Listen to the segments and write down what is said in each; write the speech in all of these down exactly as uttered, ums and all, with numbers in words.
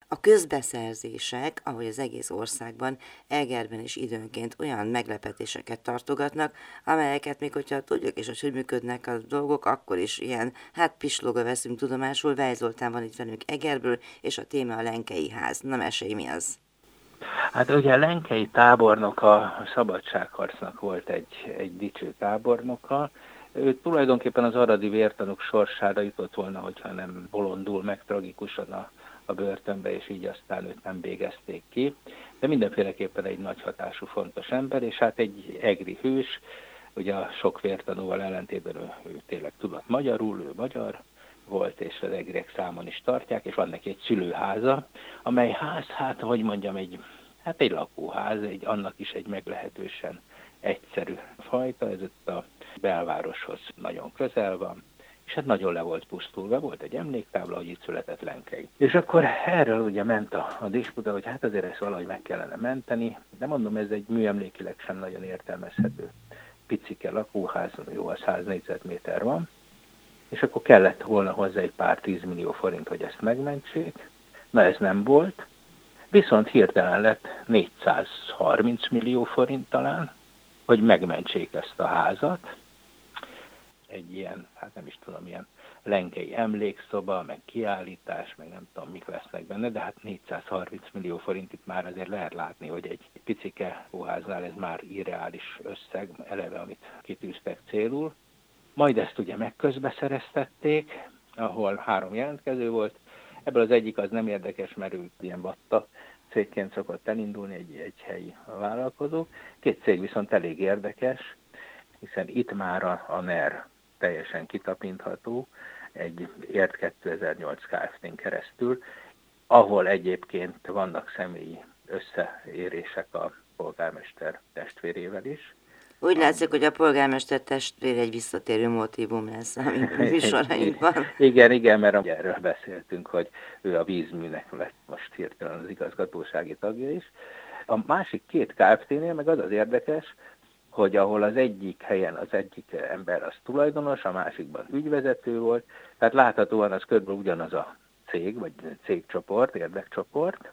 A közbeszerzések, ahogy az egész országban, Egerben is időnként olyan meglepetéseket tartogatnak, amelyeket még hogyha tudjuk is, hogy hogy működnek a dolgok, akkor is ilyen, hát pislogva veszünk tudomásul. Vejl Zoltán van itt velünk Egerből, és a téma a Lenkei ház. Na mesélj, mi az? Hát ugye a Lenkei tábornok a szabadságharcnak volt egy, egy dicső tábornoka. Ő tulajdonképpen az aradi vértanúk sorsára jutott volna, hogyha nem bolondul meg tragikusan a, a börtönbe, és így aztán őt nem végezték ki. De mindenféleképpen egy nagy hatású, fontos ember, és hát egy egri hős, ugye a sok vértanúval ellentétben ő, ő tényleg tudott magyarul, ő magyar volt, és az egriek számon is tartják, és van neki egy szülőháza, amely ház, hát hogy mondjam, egy, hát egy lakóház, egy, annak is egy meglehetősen egyszerű fajta, ez itt a belvároshoz nagyon közel van, és hát nagyon le volt pusztulva, volt egy emléktábla, hogy itt született Lenkei. És akkor erről ugye ment a, a disputa, hogy hát azért ezt valahogy meg kellene menteni, de mondom, ez egy műemlékileg sem nagyon értelmezhető picike lakóház, jó, az száz négyzetméter van, és akkor kellett volna hozzá egy pár tízmillió forint, hogy ezt megmentsék. Na ez nem volt, viszont hirtelen lett négyszázharminc millió forint talán, hogy megmentsék ezt a házat. Egy ilyen, hát nem is tudom, ilyen lenkei emlékszoba, meg kiállítás, meg nem tudom, mik lesznek benne, de hát négyszázharminc millió forint itt már azért lehet látni, hogy egy picike hóháznál ez már irreális összeg, eleve, amit kitűztek célul. Majd ezt ugye megközbeszereztették, ahol három jelentkező volt. Ebből az egyik az nem érdekes, mert ő ilyen vatta cégként szokott elindulni, egy, egy helyi vállalkozó. Két cég viszont elég érdekes, hiszen itt már a, a NER teljesen kitapintható, egy Ért kétezer-nyolc Kft-n keresztül, ahol egyébként vannak személyi összeérések a polgármester testvérével is. Úgy látszik, hogy a polgármester testvér egy visszatérő motívum lesz a műsorainkban. Igen, igen, mert erről beszéltünk, hogy ő a vízműnek lett most hirtelen az igazgatósági tagja is. A másik két Kft-nél meg az az érdekes, hogy ahol az egyik helyen az egyik ember az tulajdonos, a másikban ügyvezető volt, tehát láthatóan az körülbelül ugyanaz a cég, vagy cégcsoport, érdekcsoport.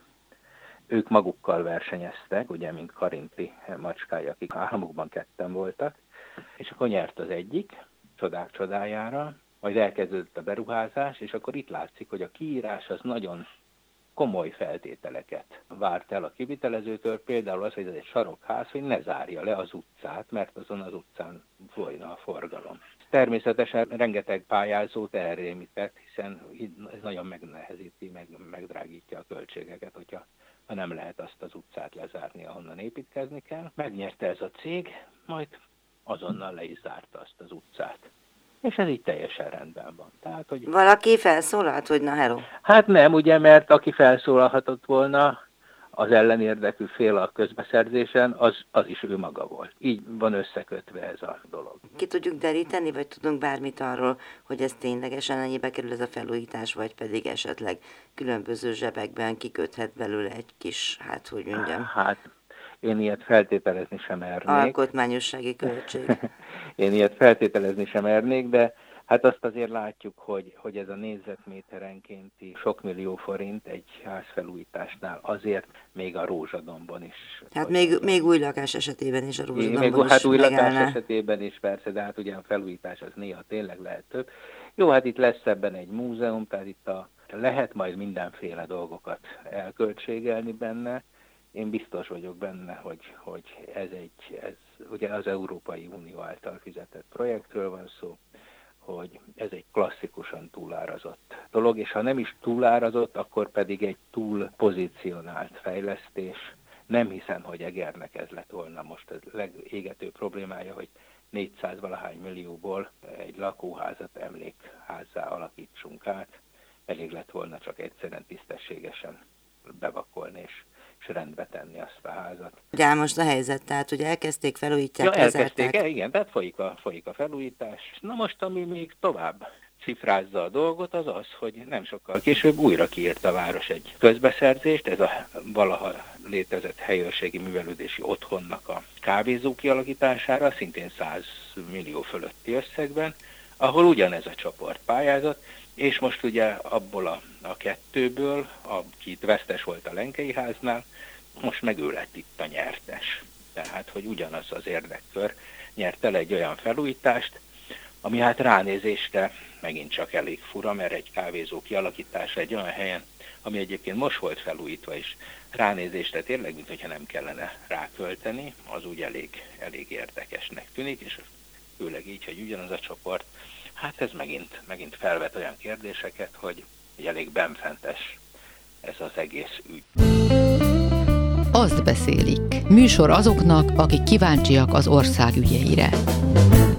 Ők magukkal versenyeztek, ugye, mint Karinti macskája, akik államukban ketten voltak, és akkor nyert az egyik, csodák csodájára, majd elkezdődött a beruházás, és akkor itt látszik, hogy a kiírás az nagyon komoly feltételeket várt el a kivitelezőtől, például az, hogy ez egy sarokház, hogy ne zárja le az utcát, mert azon az utcán folyna a forgalom. Természetesen rengeteg pályázót elrémített, hiszen ez nagyon megnehezíti, meg, megdrágítja a költségeket, hogyha ha nem lehet azt az utcát lezárni, ahonnan építkezni kell. Megnyerte ez a cég, majd azonnal le is zárta azt az utcát. És ez így teljesen rendben van. Tehát, hogy... Valaki felszólalt, hogy na hello? Hát nem, ugye, mert aki felszólalhatott volna, az ellenérdekű fél a közbeszerzésen, az, az is ő maga volt. Így van összekötve ez a dolog. Ki tudjuk deríteni, vagy tudunk bármit arról, hogy ez ténylegesen ennyibe kerül ez a felújítás, vagy pedig esetleg különböző zsebekben kiköthet belőle egy kis, hát hogy mondjam. Hát én ilyet feltételezni sem mernék. Alkotmányossági költség. Én ilyet feltételezni sem mernék, de hát azt azért látjuk, hogy, hogy ez a négyzetméterenkénti sok millió forint egy házfelújításnál azért még a Rózsadombon is. Hát még, még új lakás esetében is a Rózsadombon még, is Hát új megállná. lakás esetében is persze, de hát ugye a felújítás az néha tényleg lehet több. Jó, hát itt lesz ebben egy múzeum, tehát itt a, lehet majd mindenféle dolgokat elköltségelni benne. Én biztos vagyok benne, hogy, hogy ez egy, ez ugye az Európai Unió által fizetett projektről van szó, hogy ez egy klasszikusan túlárazott dolog, és ha nem is túlárazott, akkor pedig egy túl pozícionált fejlesztés. Nem hiszem, hogy Egernek ez lett volna most a legégető problémája, hogy négyszáz valahány millióból egy lakóházat emlékházzá alakítsunk át. Elég lett volna csak egyszerűen tisztességesen bevakolni és és rendbe tenni azt a házat. Ugye most a helyzet, tehát hogy elkezdték, felújítják, ja, elkezdték, lezárták. Igen, tehát folyik a, folyik a felújítás. Na most, ami még tovább cifrázza a dolgot, az az, hogy nem sokkal később újra kiírt a város egy közbeszerzést, ez a valaha létezett helyőrségi művelődési otthonnak a kávézó kialakítására, szintén száz millió fölötti összegben, ahol ugyanez a csoport pályázott, És most ugye abból a, a kettőből, aki vesztes volt a Lenkei háznál, most meg ő lett itt a nyertes. Tehát, hogy ugyanaz az érdekkör nyert el egy olyan felújítást, ami hát ránézésre megint csak elég fura, mert egy kávézó kialakítása egy olyan helyen, ami egyébként most volt felújítva is, ránézésre tényleg, mintha nem kellene rákölteni, az úgy elég, elég érdekesnek tűnik, és főleg így, hogy ugyanaz a csoport, hát ez megint, megint felvet olyan kérdéseket, hogy, hogy elég benfentes ez az egész ügy. Azt beszélik. Műsor azoknak, akik kíváncsiak az ország ügyeire.